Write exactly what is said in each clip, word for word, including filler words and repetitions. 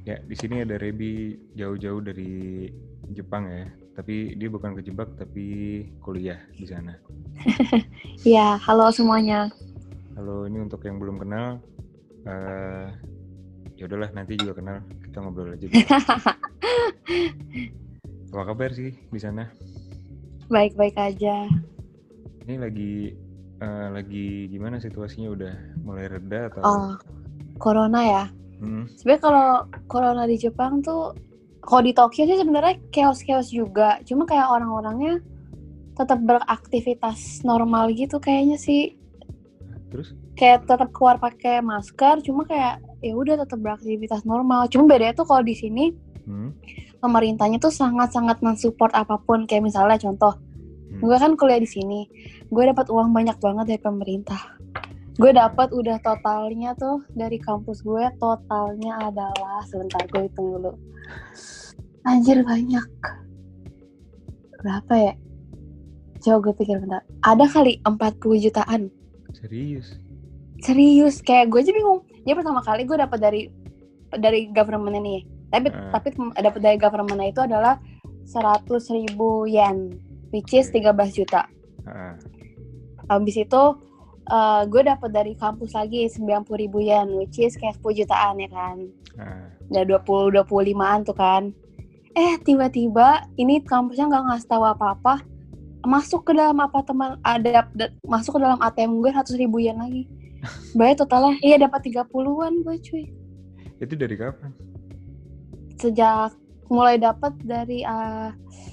Ya, di sini ada Rebi jauh-jauh dari Jepang ya. Tapi dia bukan kejebak, tapi kuliah di sana. Ya, halo semuanya. Halo, ini untuk yang belum kenal, uh, ya udahlah nanti juga kenal. Kita ngobrol aja dulu. Apa kabar sih di sana? Baik-baik aja. Ini lagi uh, lagi gimana situasinya? Udah mulai reda atau? Oh, corona ya. Hmm. Sebenarnya kalau corona di Jepang tuh, kalau di Tokyo sih sebenarnya chaos-chaos juga. Cuma kayak orang-orangnya tetap beraktivitas normal gitu kayaknya sih. Terus? Kayak tetap keluar pakai masker, cuma kayak ya udah tetap beraktivitas normal. Cuma bedanya tuh kalau di sini hmm. pemerintahnya tuh sangat-sangat mensupport apapun. Kayak misalnya contoh, hmm. gue kan kuliah di sini, gue dapat uang banyak banget dari pemerintah. Gue dapat udah totalnya tuh dari kampus gue, totalnya adalah, sebentar gue hitung dulu. Anjir banyak. Berapa ya? Coba gue pikir bentar. Ada kali empat puluh jutaan. Serius? Serius, kayak gue aja bingung. Dia pertama kali gue dapat dari dari government nih. Tapi uh. tapi dapat dari government itu adalah seratus ribu yen, which is okay. tiga belas juta. Uh. Habis itu Uh, gue dapet dari kampus lagi sembilan puluh ribu yen, which is kayak sepuluh jutaan ya kan. Uh. Udah dua puluh dua puluh limaan tuh kan. Eh tiba-tiba ini kampusnya nggak ngasih tahu apa-apa, masuk ke dalam apartemen, ada d- masuk ke dalam A T M gue seratus ribu yen lagi. Bayar totalnya, iya dapat tiga puluhan gue cuy. Itu dari kapan? Sejak mulai dapat dari uh,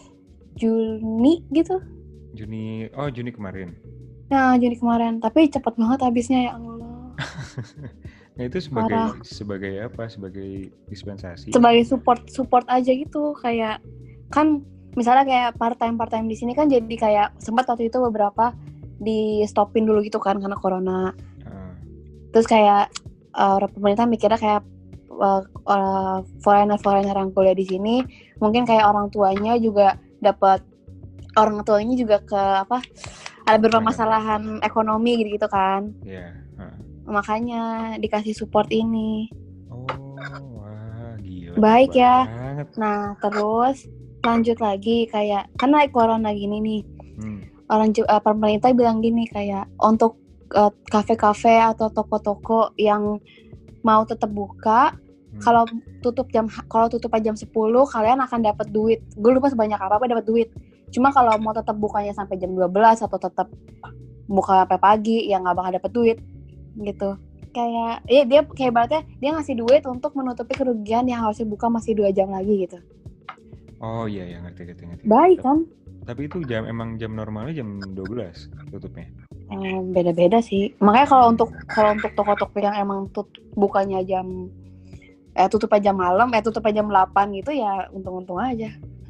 Juni gitu. Juni, oh Juni kemarin. Nah, Juni kemarin, tapi cepet banget habisnya ya Allah. Nah itu sebagai Parah. sebagai apa? Sebagai dispensasi? Sebagai support support aja gitu, kayak kan misalnya kayak part time part time di sini kan jadi kayak sempat waktu itu beberapa di stopin dulu gitu kan karena corona. Uh. Terus kayak uh, pemerintah mikirnya kayak uh, uh, foreigner foreigner yang kuliah di sini mungkin kayak orang tuanya juga dapat, orang tuanya juga ke apa? Ada berpermasalahan ekonomi gitu-gitu kan. Iya. Yeah. Uh. Makanya dikasih support ini. Oh, wah gila. Baik ya. Banget. Nah, terus lanjut lagi kayak kan naik corona gini nih. Hmm. Orang uh, pemerintah bilang gini kayak untuk uh, kafe-kafe atau toko-toko yang mau tetap buka, hmm. kalau tutup jam kalau tutup jam sepuluh kalian akan dapat duit. Gue lupa sebanyak apa apa dapat duit. Cuma kalau mau tetap bukanya sampai jam dua belas atau tetap buka sampai pagi ya nggak bakal dapet duit gitu. Kayak ya dia kayak ibaratnya dia ngasih duit untuk menutupi kerugian yang harusnya buka masih dua jam lagi gitu. Oh iya ya ngerti ngerti ngerti. Baik kan? Tapi itu jam emang jam normalnya jam dua belas tutupnya. Eh, beda-beda sih. Makanya kalau untuk kalau untuk toko-toko yang emang tut bukanya jam eh tutup jam malam, eh tutup jam delapan gitu ya untung-untung aja.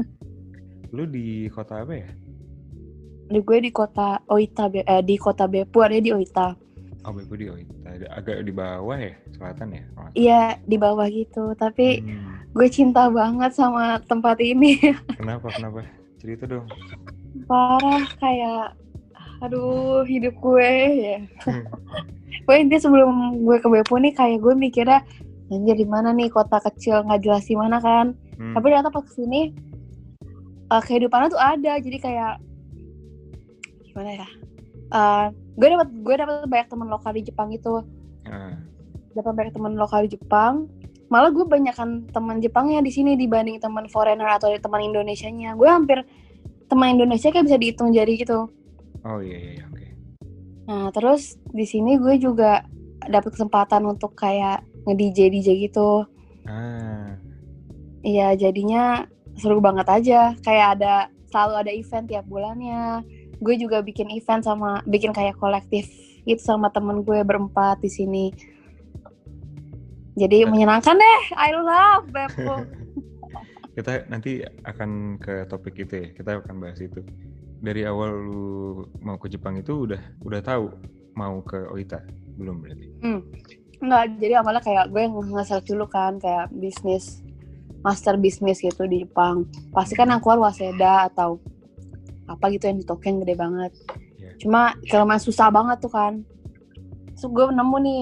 Lu di kota apa ya? Di gue di kota Oita, eh, di kota Beppu, ada di Oita. Oh Beppu di Oita, agak di bawah ya, selatan ya? Iya di bawah gitu, tapi hmm. gue cinta banget sama tempat ini. Kenapa kenapa? Cerita dong. Parah kayak, aduh hidup gue ya. Gue intinya sebelum gue ke Beppu nih kayak gue mikirnya, anjir di mana nih kota kecil nggak jelas di mana kan? Hmm. Tapi ternyata pas kesini Uh, kehidupannya tuh ada, jadi kayak gimana ya? Uh, gue dapat gue dapat banyak teman lokal di Jepang itu. Uh. Dapat banyak teman lokal di Jepang. Malah gue banyakkan teman Jepangnya di sini dibanding teman foreigner atau teman Indonesianya. Gue hampir teman Indonesia kayak bisa dihitung jari gitu. Oh iya iya oke. Okay. Nah terus di sini gue juga dapat kesempatan untuk kayak nge-D J D J gitu. Ah. Iya jadinya seru banget aja, kayak ada selalu ada event tiap bulannya. Gue juga bikin event sama bikin kayak kolektif gitu sama temen gue berempat di sini. Jadi menyenangkan deh. I love Beppu. Kita nanti akan ke topik itu ya. Kita akan bahas itu. Dari awal lu mau ke Jepang itu udah udah tahu mau ke Oita belum berarti? Hmm. Enggak, jadi awalnya kayak gue nge-search dulu kan kayak bisnis master bisnis gitu di Jepang. Pasti kan yang keluar Waseda atau apa gitu yang di Tokyo yang gede banget. Yeah. Cuma kalau masih susah banget tuh kan. Terus gue nemu nih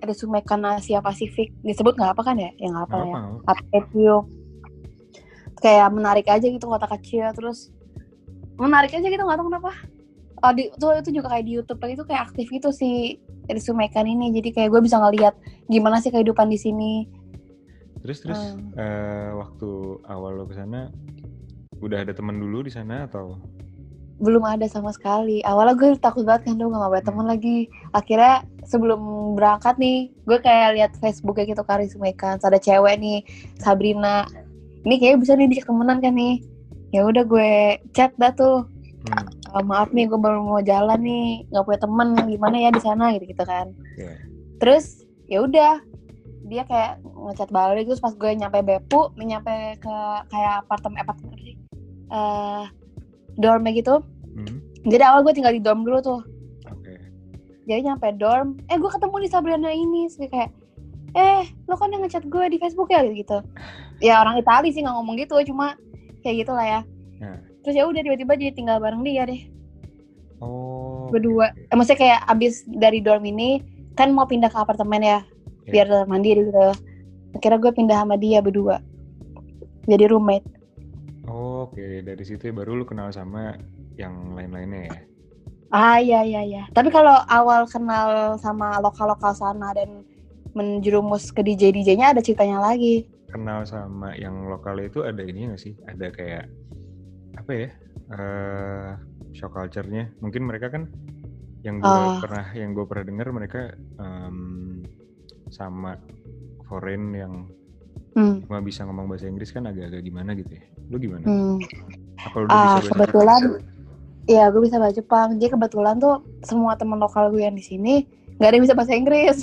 resume kan Asia Pasifik, disebut nggak apa kan ya? Ya nggak apa Nggak ya. apa. Aptitude. Kayak menarik aja gitu kota kecil, terus menarik aja gitu nggak tahu kenapa. Oh, di, itu, itu juga kayak di YouTube itu kayak aktif gitu sih resume kan ini, jadi kayak gue bisa ngelihat gimana sih kehidupan di sini. Terus terus hmm. uh, waktu awal lo kesana udah ada teman dulu di sana atau? Belum ada sama sekali. Awalnya gue takut banget kan, tuh gak punya teman hmm. lagi. Akhirnya sebelum berangkat nih, gue kayak lihat Facebooknya gitu kan resume kan, ada cewek nih Sabrina. Ini kayaknya bisa nih dijak temenan kan nih. Ya udah gue chat dah tuh. Hmm. Uh, maaf nih gue baru mau jalan nih, nggak punya temen, gimana ya di sana gitu gitu kan. Yeah. Terus ya udah dia kayak ngechat balik, terus pas gue nyampe Bepu, nyampe ke kayak apartemen apartemen sih, uh, dormnya gitu. Hmm. Jadi awal gue tinggal di dorm dulu tuh. Okay. Jadi nyampe dorm, eh gue ketemu di Sabrina ini, terus kayak, eh lo kan yang ngechat gue di Facebook ya gitu. Ya orang Itali sih nggak ngomong gitu, cuma kayak gitulah ya. Yeah. Terus ya udah tiba-tiba jadi tinggal bareng dia deh. Oh. Berdua. Eh, maksudnya kayak abis dari dorm ini kan mau pindah ke apartemen ya, yeah. biar mandiri gitu. Akhirnya gue pindah sama dia berdua. Jadi roommate. Oh, oke, okay. Dari situ baru lu kenal sama yang lain-lainnya ya? Ah iya iya iya. Tapi kalau awal kenal sama lokal-lokal sana dan menjerumus ke D J D J-nya ada ceritanya lagi. Kenal sama yang lokal itu ada ini nggak sih? Ada kayak apa ya? Uh, shock culture-nya. Mungkin mereka kan yang gue uh. pernah yang gue pernah dengar mereka um, sama foreign yang hmm. cuma bisa ngomong bahasa Inggris kan agak-agak gimana gitu ya. Lu gimana? Hmm. Apa lu udah uh, bisa kebetulan iya gue bisa bahasa Jepang. Jadi kebetulan tuh semua teman lokal gue yang di sini nggak ada yang bisa bahasa Inggris.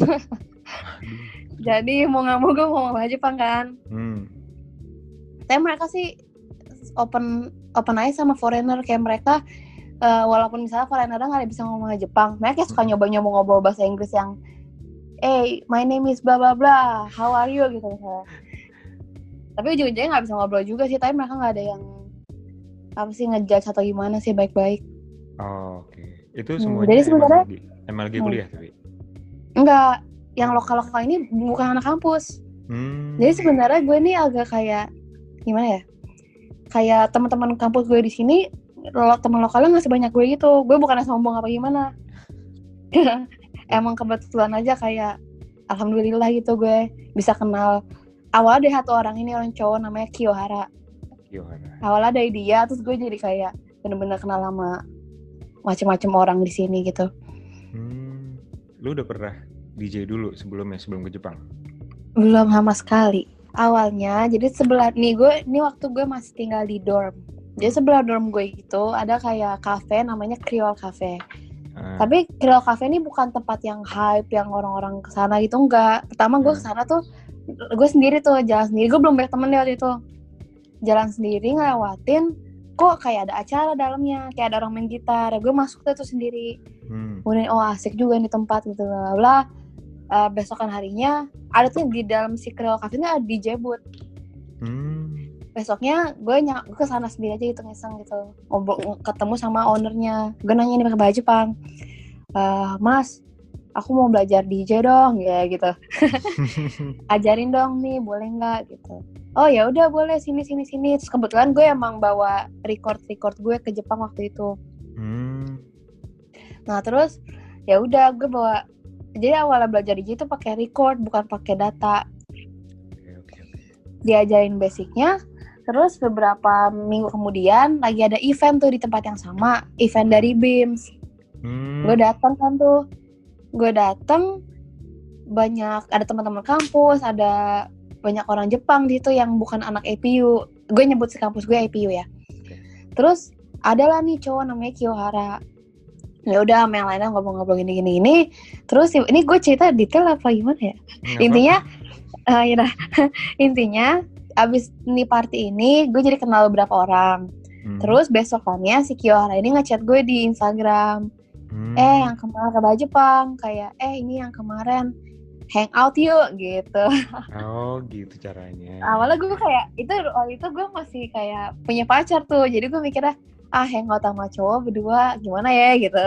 Jadi mau nggak mau gue mau bahasa Jepang kan. Hmm. Tapi mereka sih open open aja sama foreigner, kayak mereka uh, walaupun misalnya foreigner nggak ada bisa ngomong Jepang, mereka suka nyoba-nyoba ngobrol bahasa Inggris yang, hey my name is blah blah blah, how are you gitu misalnya. Tapi ujung-ujungnya nggak bisa ngobrol juga sih, tapi mereka nggak ada yang apa sih ngejudge atau gimana sih, baik-baik. Oh, oke. Okay. Itu semuanya hmm, jadi sebenarnya emang lagi kuliah hmm. tapi? Enggak, yang lokal-lokal ini bukan anak kampus. Hmm. Jadi sebenarnya gue nih agak kayak gimana ya? Kayak teman-teman kampus gue di sini, teman lokalnya nggak sebanyak gue gitu. Gue bukannya sombong apa gimana. Emang kebetulan aja kayak alhamdulillah gitu gue bisa kenal. Awalnya ada satu orang ini, orang cowok namanya Kiyohara. Kiyohara. Awalnya dari dia, terus gue jadi kayak bener-bener kenal sama macam-macam orang di sini gitu. Hmm. Lu udah pernah D J dulu sebelumnya, sebelum ke Jepang? Belum sama sekali. Awalnya, jadi sebelah nih gue, ini waktu gue masih tinggal di dorm. Jadi sebelah dorm gue itu ada kayak cafe namanya Creole Cafe. Hmm. Tapi Creole Cafe ini bukan tempat yang hype, yang orang-orang kesana gitu, enggak. Pertama gue kesana tuh, gue sendiri tuh, jalan sendiri. Gue belum banyak temen deh waktu itu. Jalan sendiri, ngelewatin, kok kayak ada acara dalamnya, kayak ada orang main gitar. Gue masuk tuh sendiri. Hmm. Kemudian, oh asik juga nih tempat gitu lah. Uh, besokan harinya ada tuh di dalam si Creole Cafe ini ada D J booth. Hmm. Besoknya gue ny- gue kesana sendiri aja gitu, ngeseng gitu, ngobrol, ketemu sama ownernya. Gue nanya nih pakai bahasa Jepang, uh, Mas, aku mau belajar D J dong, ya gitu. Ajarin dong nih, boleh nggak gitu? Oh ya udah boleh, sini sini sini. Terus kebetulan gue emang bawa record record gue ke Jepang waktu itu. Hmm. Nah terus ya udah gue bawa. Jadi awalnya belajar D J itu pakai record, bukan pakai data. Okay, okay, okay. Diajarin basicnya, terus beberapa minggu kemudian lagi ada event tuh di tempat yang sama, event dari Beams. Hmm. Gue datang kan tuh, gue datang banyak, ada teman-teman kampus, ada banyak orang Jepang di situ yang bukan anak A P U. Gue nyebut si kampus gue A P U ya. Okay. Terus adalah nih cowok namanya Kiyohara. Ya udah sama yang lainnya ngobrol-ngobrol gini-gini ini. Terus ini gue cerita detail apa gimana ya? Nggak intinya uh, ya intinya abis nih party ini gue jadi kenal beberapa orang. Hmm. Terus besokannya si Kiyohara ini ngechat gue di Instagram. Hmm. Eh yang kemarin ke Jepang kayak eh ini yang kemarin hangout yuk gitu. Oh gitu caranya. Awalnya gue kayak itu waktu itu gue masih kayak punya pacar tuh. Jadi gue mikirnya ah hangout sama cowok berdua gimana ya gitu.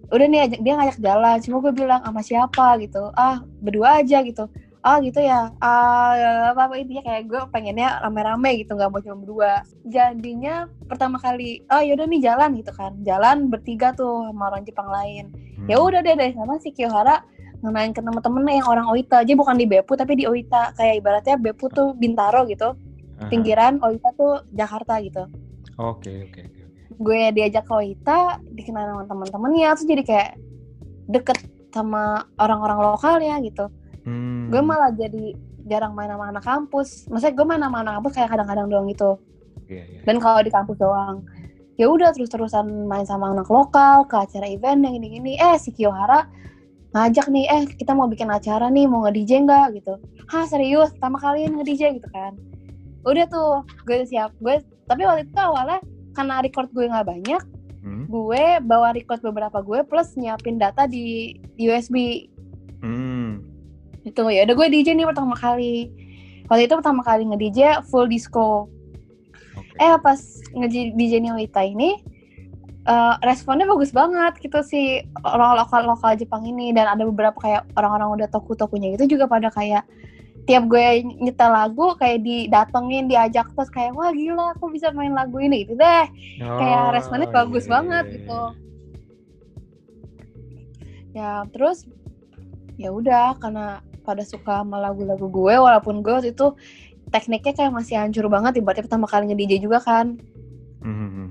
udah nih ajak, dia ngajak jalan, cuma gue bilang sama siapa gitu, ah berdua aja gitu, ah gitu ya, ah apa apa intinya kayak gue pengennya rame-rame gitu, nggak mau cuma berdua. Jadinya pertama kali, oh yaudah nih jalan gitu kan, jalan bertiga tuh sama orang Jepang lain. Hmm. Ya udah deh dari sana si Kiyohara ngenalin ke temen-temennya yang orang Oita, aja bukan di Beppu tapi di Oita, kayak ibaratnya Beppu tuh Bintaro gitu, uh-huh. Pinggiran Oita tuh Jakarta gitu. Oke okay, oke. Okay, okay. Gue diajak ke Oita, dikenal sama teman-temannya, terus jadi kayak deket sama orang-orang lokalnya gitu. Hmm. Gue malah jadi jarang main sama anak kampus. Maksudnya gue main sama anak kampus kayak kadang-kadang doang gitu. Yeah, yeah. Dan kalau di kampus doang, ya udah terus-terusan main sama anak lokal ke acara event yang gini-gini. Eh si Kiyohara ngajak nih, eh kita mau bikin acara nih, mau nge-D J nggak gitu. Hah serius? Pertama kali nge-D J gitu kan. Udah tuh, gue siap. Gue tapi waktu itu awalnya karena record gue nggak banyak, hmm? gue bawa record beberapa gue plus nyiapin data di, di U S B. Hmm. Itu ya udah gue D J nih pertama kali. Waktu itu pertama kali nge-D J full disco. Okay. Eh pas nge-D J Oita ini uh, responnya bagus banget gitu sih orang lokal-lokal Jepang ini, dan ada beberapa kayak orang-orang udah toku-tokunya gitu juga pada kayak tiap gue nyetel lagu kayak didatengin, diajak, terus kayak wah gila aku bisa main lagu ini gitu deh. Oh, kayak responnya bagus yeah. banget gitu. Ya terus ya udah karena pada suka sama lagu-lagu gue, walaupun gue waktu itu tekniknya kayak masih hancur banget, ibaratnya pertama kali nge-D J juga kan. Mm-hmm.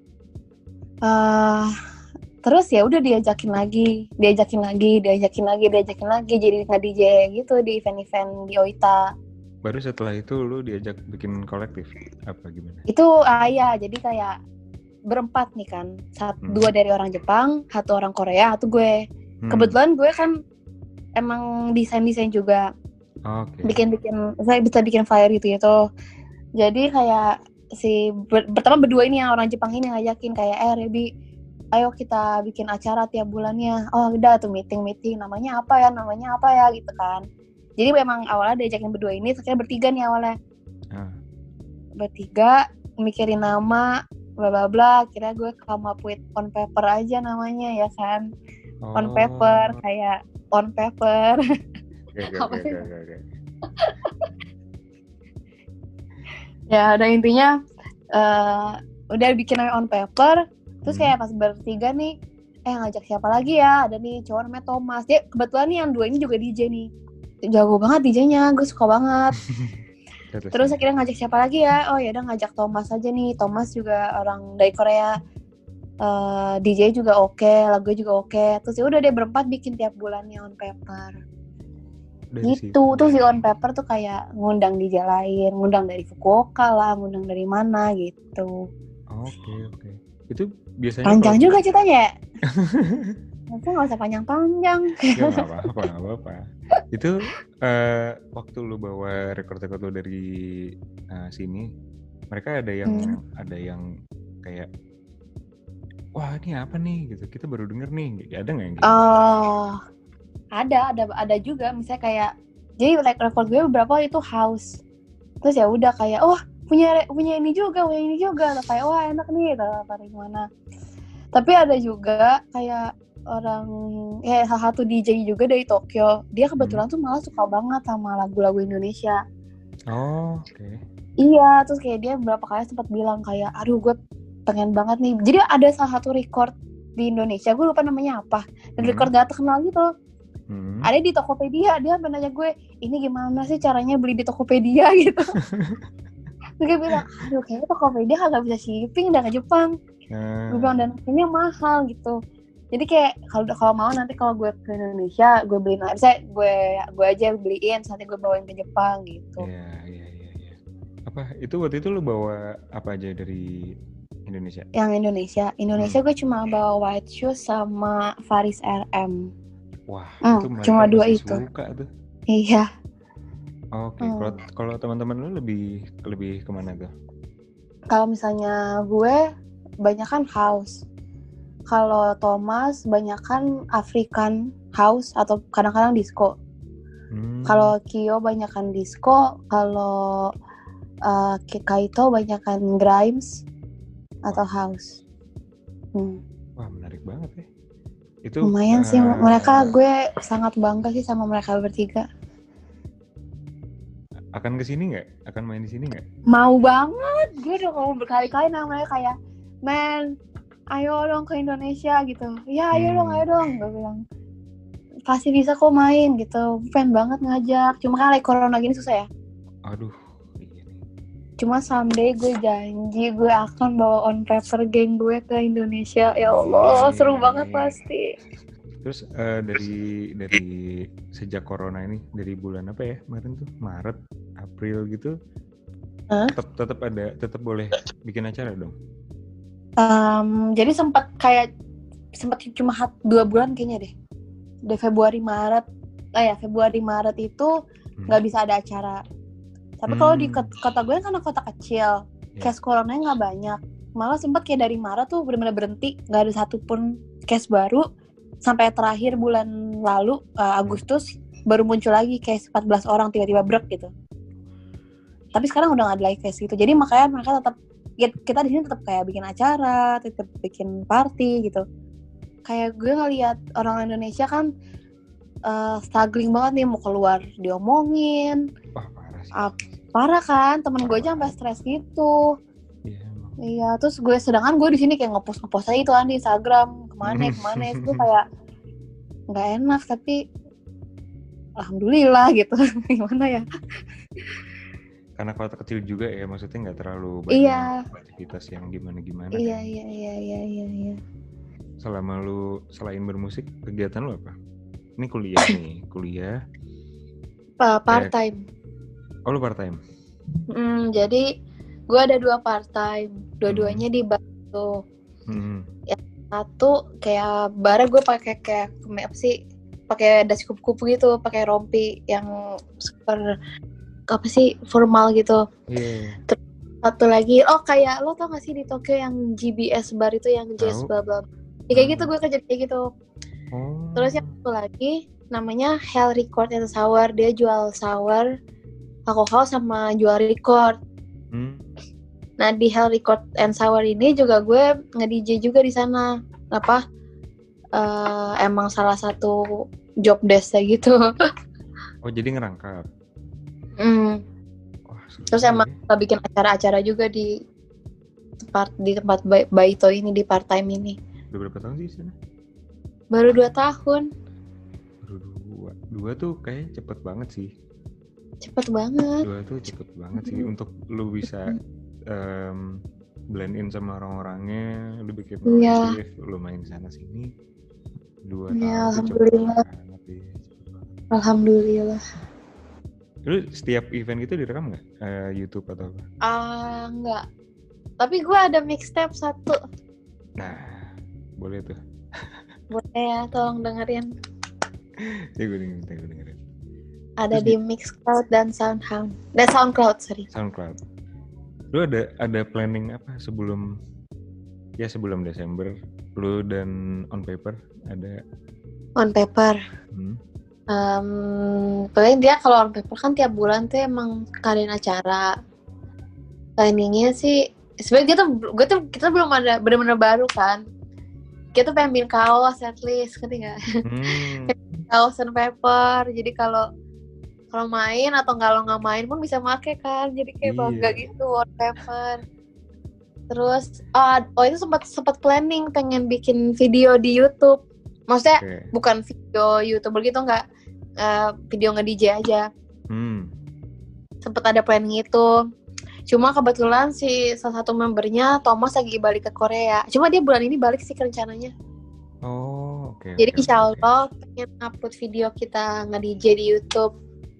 Uh, terus ya udah diajakin lagi, diajakin lagi, diajakin lagi, diajakin lagi, jadi nge-D J gitu di event-event di Oita. Baru setelah itu lu diajak bikin kolektif apa gimana? Itu ah ya, jadi kayak berempat nih kan, satu hmm. dua dari orang Jepang, satu orang Korea, satu gue. Hmm. Kebetulan gue kan emang desain-desain juga. Okay. Bikin-bikin, saya bisa bikin flyer gitu gitu. Jadi kayak si ber, pertama berdua ini yang orang Jepang ini ngajakin kayak eh Rebi, ayo kita bikin acara tiap bulannya. Oh udah tuh meeting-meeting, namanya apa ya, namanya apa ya gitu kan. Jadi memang awalnya diajakin berdua ini, sekarang bertiga nih awalnya. Uh. Bertiga mikirin nama, bla bla bla. Kira gue come up with on paper aja namanya ya kan. Oh. On paper kayak on paper. Oke oke oke oke. Ya udah intinya uh, udah bikin namanya on paper. Terus kayak pas bertiga nih, eh ngajak siapa lagi ya? Ada nih cowok namanya Thomas. Dia kebetulan nih yang dua ini juga D J nih. Jago banget D J-nya, gue suka banget. Terus akhirnya ngajak siapa lagi ya? Oh ya udah ngajak Thomas aja nih. Thomas juga orang dari Korea. Uh, D J juga oke, okay, lagu juga oke. Okay. Terus ya udah deh berempat bikin tiap bulannya on paper. Dari gitu. Tuh si on paper tuh kayak ngundang D J lain, ngundang dari Fukuoka lah, ngundang dari mana gitu. Oke okay, oke. Okay. Itu biasanya panjang kalau... juga ceritanya. Masa nggak usah panjang-panjang. Ya nggak apa-apa, nggak apa-apa. Itu uh, waktu lu bawa rekor-rekor lu dari uh, sini, mereka ada yang hmm. ada yang kayak, wah ini apa nih gitu. Kita baru denger nih. Ada nggak yang gitu? Oh, ada, ada, ada juga. Misalnya kayak, jadi rekor gue beberapa itu house. Terus ya udah kayak, oh punya punya ini juga, punya ini juga. Atau kayak wah enak nih, atau dari mana. Tapi ada juga kayak orang, ya salah satu D J juga dari Tokyo. Dia kebetulan hmm. tuh malah suka banget sama lagu-lagu Indonesia. Oh, oke. Okay. Iya, terus kayak dia beberapa kali sempat bilang kayak, aduh gue pengen banget nih. Jadi ada salah satu record di Indonesia, gue lupa namanya apa. Dan hmm. record gak terkenal gitu. Hmm. Ada di Tokopedia, dia nanya gue, ini gimana sih caranya beli di Tokopedia gitu. Terus gue bilang, aduh kayaknya Tokopedia gak bisa shipping udah ke Jepang. Hmm. Gue bilang, dan kayaknya mahal gitu. Jadi kayak kalau kalau mau nanti kalau gue ke Indonesia, gue beliin, bisa gue gue aja beliin, nanti gue bawain ke Jepang gitu. Iya iya iya. Ya. Apa itu waktu itu lu bawa apa aja dari Indonesia? Yang Indonesia, Indonesia hmm. gue cuma bawa White Shoes sama Faris R M. Wah, hmm, itu cuma dua itu. Suka tuh. Iya. Oke, okay. hmm. kalau kalau teman-teman lu lebih lebih kemana tuh? Kalau misalnya gue banyakan house. Kalau Thomas banyakan African house atau kadang-kadang disco. Hmm. Kalau Kyo banyakan disco, kalau uh, Kaito banyakan grimes atau house. Hmm. Wah, menarik banget ya. Itu lumayan uh, sih mereka, gue sangat bangga sih sama mereka bertiga. Akan kesini nggak? Akan main di sini nggak? Mau banget, gue udah ngomong berkali-kali sama mereka kayak, men, ayo dong ke Indonesia gitu. Ya ayo hmm. dong, ayo dong, gue bilang. Pasti bisa kok main gitu, pengen banget ngajak. Cuma kan lagi corona gini susah ya. Aduh. Cuma someday gue janji gue akan bawa On Paper geng gue ke Indonesia. Ya Allah, hmm. seru banget pasti. Terus uh, dari dari sejak corona ini, dari bulan apa ya kemarin tuh, Maret, April gitu, huh? tetap tetap ada, tetap boleh bikin acara dong. Um, jadi sempat kayak sempat cuma dua bulan kayaknya deh. Di Februari Maret, ah ya Februari Maret itu nggak hmm. bisa ada acara. Tapi hmm. kalau di kota gue kan kota kecil, yeah. case coronanya nggak banyak. Malah sempat kayak dari Maret tuh benar-benar berhenti, nggak ada satupun case baru. Sampai terakhir bulan lalu uh, Agustus baru muncul lagi case empat belas orang tiba-tiba brek gitu. Tapi sekarang udah nggak ada lagi case gitu. Jadi makanya mereka tetap, ya, kita di sini tetap kayak bikin acara, tetap bikin party gitu. Kayak gue ngeliat orang Indonesia kan uh, struggling banget nih, mau keluar diomongin. Wah, parah sih. Uh, parah kan, temen gue aja sampai stres gitu. Iya, iya, terus gue sedangkan gue di sini kayak ngepost ngepost aja itu kan di Instagram, kemana kemana itu kayak nggak enak, tapi alhamdulillah gitu. Gimana ya? Karena kota kecil juga ya, maksudnya nggak terlalu banyak iya. aktivitas yang gimana-gimana. Iya, kan? iya, iya, iya, iya, iya. Selama lu selain bermusik, kegiatan lu apa? Ini kuliah nih, kuliah. Part time. Oh, lu part time? Mm, jadi gue ada dua part time, dua-duanya hmm. di Batu. Hmm. Ya, satu kayak bara gue pakai kayak apa sih? Pakai dasi kupu-kupu gitu, pakai rompi yang super apa sih formal gitu. Yeah. Terus satu lagi, oh kayak lo tau gak sih di Tokyo yang G B S bar itu yang jazz bla bla. Ya, kayak gitu gue kerja kayak gitu. Oh. Terus yang satu lagi namanya Hell Record and Sour, dia jual sour, alkohol sama jual record. Hmm. Nah di Hell Record and Sour ini juga gue nge-D J juga di sana. Apa? Uh, emang salah satu job desk gitu. Oh jadi ngerangkap. Hmm. Wah, terus emang ya. bikin acara-acara juga di tempat di tempat Baito ini, di part time ini. Udah berapa tahun sih di sana? Baru dua tahun. Baru dua. Dua tuh kayak cepet banget sih. Cepet banget. Dua tuh cepet banget sih untuk lu bisa um, blend in sama orang-orangnya, lu bikin kreatif, lu main sana sini. Dua ya, tahun. Alhamdulillah. Banget, ya. Alhamdulillah. Lu setiap event gitu direkam nggak? Uh, YouTube atau apa? Ah uh, nggak. Tapi gue ada mixtape satu. Nah, boleh tuh. Boleh ya, tolong dengerin. Ya gue dengerin, gue dengerin. Ada terus di Mixcloud dan Soundhound. Dan Soundcloud, sorry. Soundcloud. Lu ada ada planning apa sebelum ya sebelum Desember? Lu dan On Paper ada? On Paper. Hmm. Um, paling dia kalau On Paper kan tiap bulan tuh emang kalian acara. Planningnya sih sebenarnya kita gue tuh kita belum ada benar-benar baru kan. Kita tuh pengen bikin kaos at least, ngerti nggak? Hmm. Kaos On Paper. Jadi kalau kalau main atau kalau nggak main pun bisa make kan, jadi kayak bangga iya. gitu On Paper. Terus oh, oh itu sempat sempat planning pengen bikin video di YouTube, maksudnya okay. bukan video YouTuber gitu, nggak uh, video nge-D J aja. Hmm. Sempat ada planning itu, cuma kebetulan si salah satu membernya Thomas lagi balik ke Korea, cuma dia bulan ini balik sih rencananya. Oh oke. Okay, jadi okay, insya Allah okay. pengen upload video kita nge-D J di YouTube.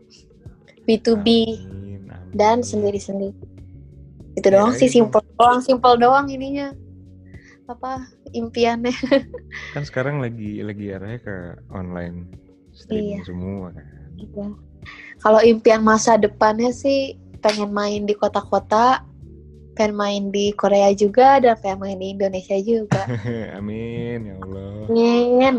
B to B amin, amin. Dan sendiri-sendiri. Itu ya, doang sih, simple doang, simple doang ininya. Apa impiannya? Kan sekarang lagi lagi arahnya ke online streaming iya. semua kan. Iya. Kalau impian masa depannya sih pengen main di kota-kota, pengen main di Korea juga, dan pengen main di Indonesia juga. Amin ya Allah. Amin.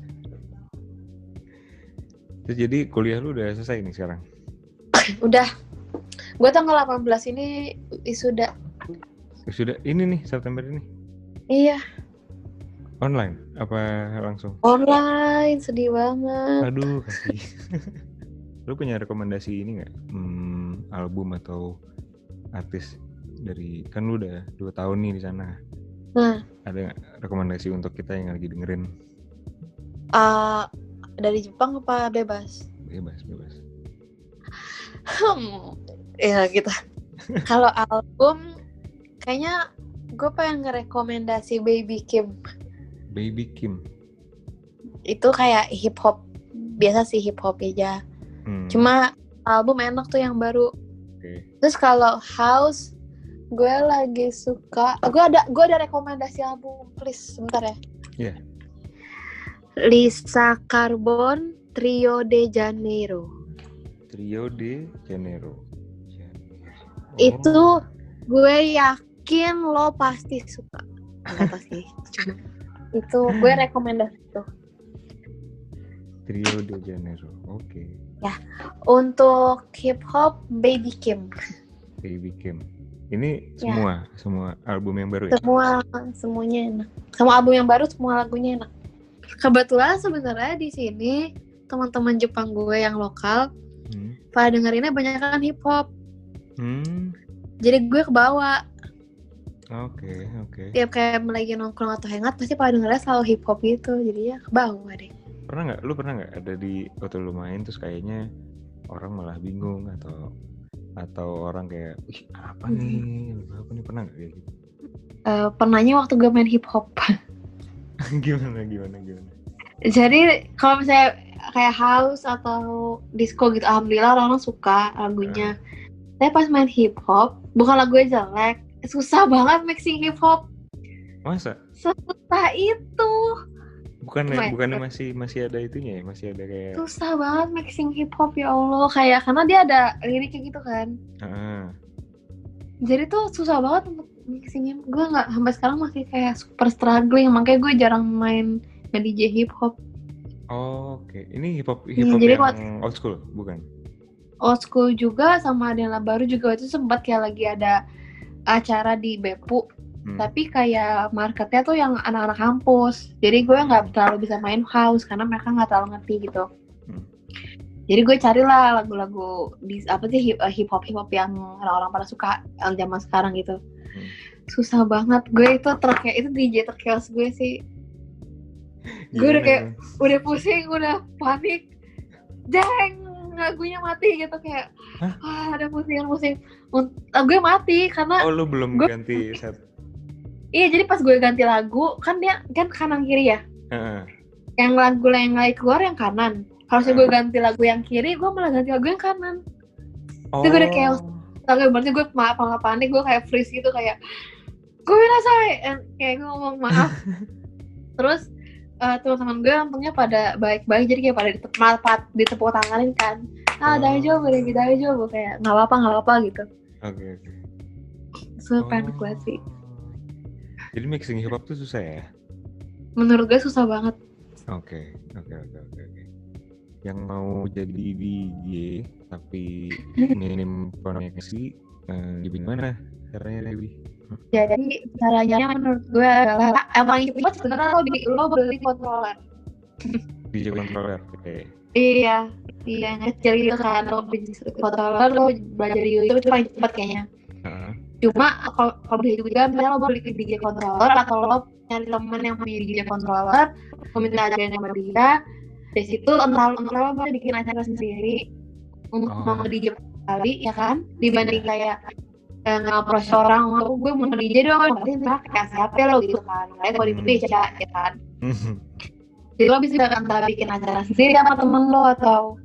Terus jadi kuliah lu udah selesai nih sekarang? Udah, gue tanggal delapan belas ini wisuda. Wisuda ini nih September ini? Iya. Oh Online apa langsung? Online, sedih banget. Aduh, kasih. Lu punya rekomendasi ini nggak? Hmm, album atau artis dari, kan lu udah dua tahun nih di sana. Nah, ada nggak rekomendasi untuk kita yang lagi dengerin? Uh, dari Jepang apa bebas? Bebas, bebas. Hmm, ya gitu. Kalau album, kayaknya gue pengen ngerekomendasi Baby Kim. Baby Kim. Itu kayak hip hop, biasa sih hip hop aja. Hmm. Cuma album enak tuh yang baru. Okay. Terus kalau house, gue lagi suka. Gue ada, gue ada rekomendasi album. Please, sebentar ya. Iya. Yeah. Lisa Carbon, Rio de Janeiro. Rio de Janeiro. Oh. Itu gue yakin lo pasti suka. Enggak pasti. Cuma itu gue rekomendasi itu. Rio de Janeiro. Oke. Okay. Ya. Untuk hip hop, Baby Kim. Baby Kim. Ini semua, ya. semua album yang baru ya? Semua, semuanya enak. Semua album yang baru, semua lagunya enak. Kebetulan sebenarnya di sini teman-teman Jepang gue yang lokal hmm. pada dengerinnya banyak kan hip hop. Hmm. Jadi gue kebawa. Oke, okay, oke. Okay. Tiap kayak lagi nongkrong atau hangout pasti pada dengernya selalu hip hop gitu. Jadi ya kebawa deh. Pernah nggak? Lu pernah nggak ada di waktu lu main terus kayaknya orang malah bingung atau atau orang kayak, ih apa hmm. nih? Apa nih, pernah nggak kayak gitu? Uh, pernahnya waktu gue main hip hop. gimana gimana gimana jadi kalau misalnya kayak house atau disco gitu, alhamdulillah orang-orang suka lagunya. Uh. Tapi pas main hip hop, bukan lagunya jelek, susah banget mixing hip hop. Masa? Susah itu. Bukan ya, bukannya masih masih ada itunya ya, masih ada kayak susah banget mixing hip hop, ya Allah, kayak karena dia ada liriknya gitu kan. Uh. Jadi tuh susah banget untuk mixingnya. Gue nggak, sampai sekarang masih kayak super struggling, makanya gue jarang main nge-D J hip hop. Oh, oke. Okay. Ini hip hop hip hop ya, yang buat old school, bukan? Old school juga, sama ada yang baru juga. Itu sempat kayak lagi ada acara di Beppu, hmm. tapi kayak marketnya tuh yang anak-anak kampus. Jadi gue nggak terlalu bisa main house karena mereka nggak terlalu ngerti gitu. Hmm. Jadi gue carilah lagu-lagu di apa sih hip hop hip hop yang orang-orang pada suka yang zaman sekarang gitu. Hmm. Susah banget. Gue itu terkayak itu D J terchaos gue sih. Gimana? Gue udah kayak udah pusing, udah panik. Jeng, lagunya mati gitu kayak. Hah? Ah, ada pusing-pusing. Uh, gue mati karena oh, lu belum gue, ganti set. Iya, jadi pas gue ganti lagu, kan dia kan kanan kiri ya. Uh-huh. Yang lagu yang lagi keluar yang kanan. Harusnya gue ganti lagu yang kiri, gue malah ganti lagu yang kanan. Oh. Itu gue udah kayak, tapi berarti gue maaf nggak panik, gue kayak freeze gitu kayak, gue bilang saya, kayak gue ngomong maaf. Terus uh, teman-teman gue untungnya pada baik-baik, jadi kayak pada ditepuk, ditepuk tanganin kan. Ah, ada aja, gue gitu aja, gue kayak nggak apa-apa, nggak apa-apa gitu. Oke okay, oke. Okay. So panik banget sih. Jadi mixing hip hop tuh susah ya? Menurut gue susah banget. Oke oke oke oke oke. Yang mau jadi D J tapi minim koneksi, uh, gimana caranya Dewi? Jadi caranya menurut gue adalah yang paling cepat sebenarnya lo beli lo beli controller. D J controller, oke. Okay. Iya, iya yang kecil gitu kan, lo beli controller, lo belajar di YouTube itu paling cepat kayaknya. Uh-huh. Cuma kalau kalau beli juga, misalnya lo beli D J controller atau lo nyari teman yang punya D J controller, lo minta ajarin sama dia. Dari situ entah lo boleh bikin acara sendiri untuk oh. mau D J kali ya kan, dibanding kayak eh, nge-approach orang, oh, gue mau D J dong, berarti ntar kayak siapa lo gitu kan, kayak kalau di Indonesia ya kan. Jadi lo bisa antara bikin acara sendiri sama temen lo atau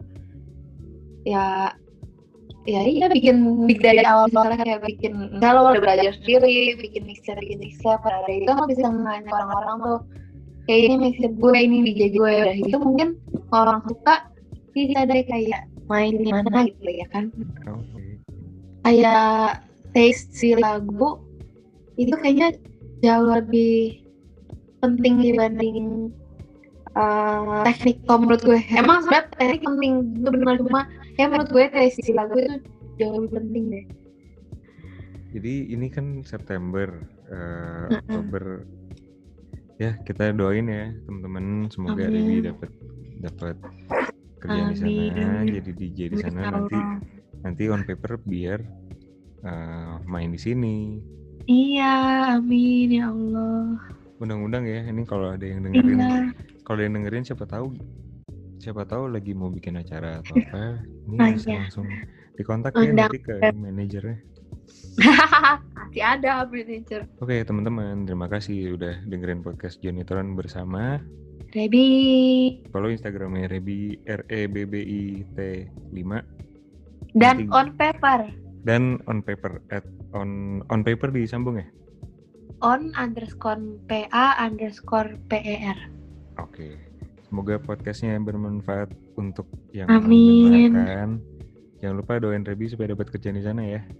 ya ya iya bikin big dari awal, soalnya kayak bikin kalau lo udah belajar sendiri, bikin mixer, bikin mixer, pada itu lo bisa nanya orang-orang tuh kayak ini mixer gue, ini D J gue, udah itu mungkin orang suka bisa deh kayak main di mana gitu ya kan. Okay. Kayak taste si lagu itu kayaknya jauh lebih penting dibanding uh, teknik menurut gue. Emang sebenarnya teknik penting itu benar, cuma ya menurut gue taste si lagu itu jauh lebih penting deh. Jadi ini kan September, uh, uh-uh. Oktober. Ya kita doain ya teman-teman, semoga Amin. Rebi dapat dapat kerjaan di sana, jadi D J di sana. Nanti nanti on paper biar uh, main di sini. Iya, amin ya Allah. Undang-undang ya, ini kalau ada yang dengerin, Iya. kalau ada yang dengerin siapa tahu, siapa tahu lagi mau bikin acara atau apa, ini Oh, bisa iya. langsung dikontak ya Undang. nanti ke manajernya. Masih ada manajer. Oke teman-teman, terima kasih udah dengerin podcast Jonitron bersama Rebi. Follow Instagramnya Rebi R E B B I T lima. Dan Nanti, on paper. Dan on paper at on on paper disambung ya? On underscore P A underscore P E R. Oke. Semoga podcastnya bermanfaat untuk yang Amin. mendengarkan. Jangan lupa doain Rebi supaya dapat kerjaan di sana ya.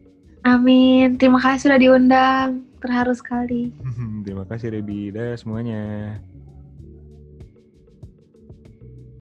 Amin. Terima kasih sudah diundang. Terharu sekali. Terima kasih Rebi. Dah semuanya.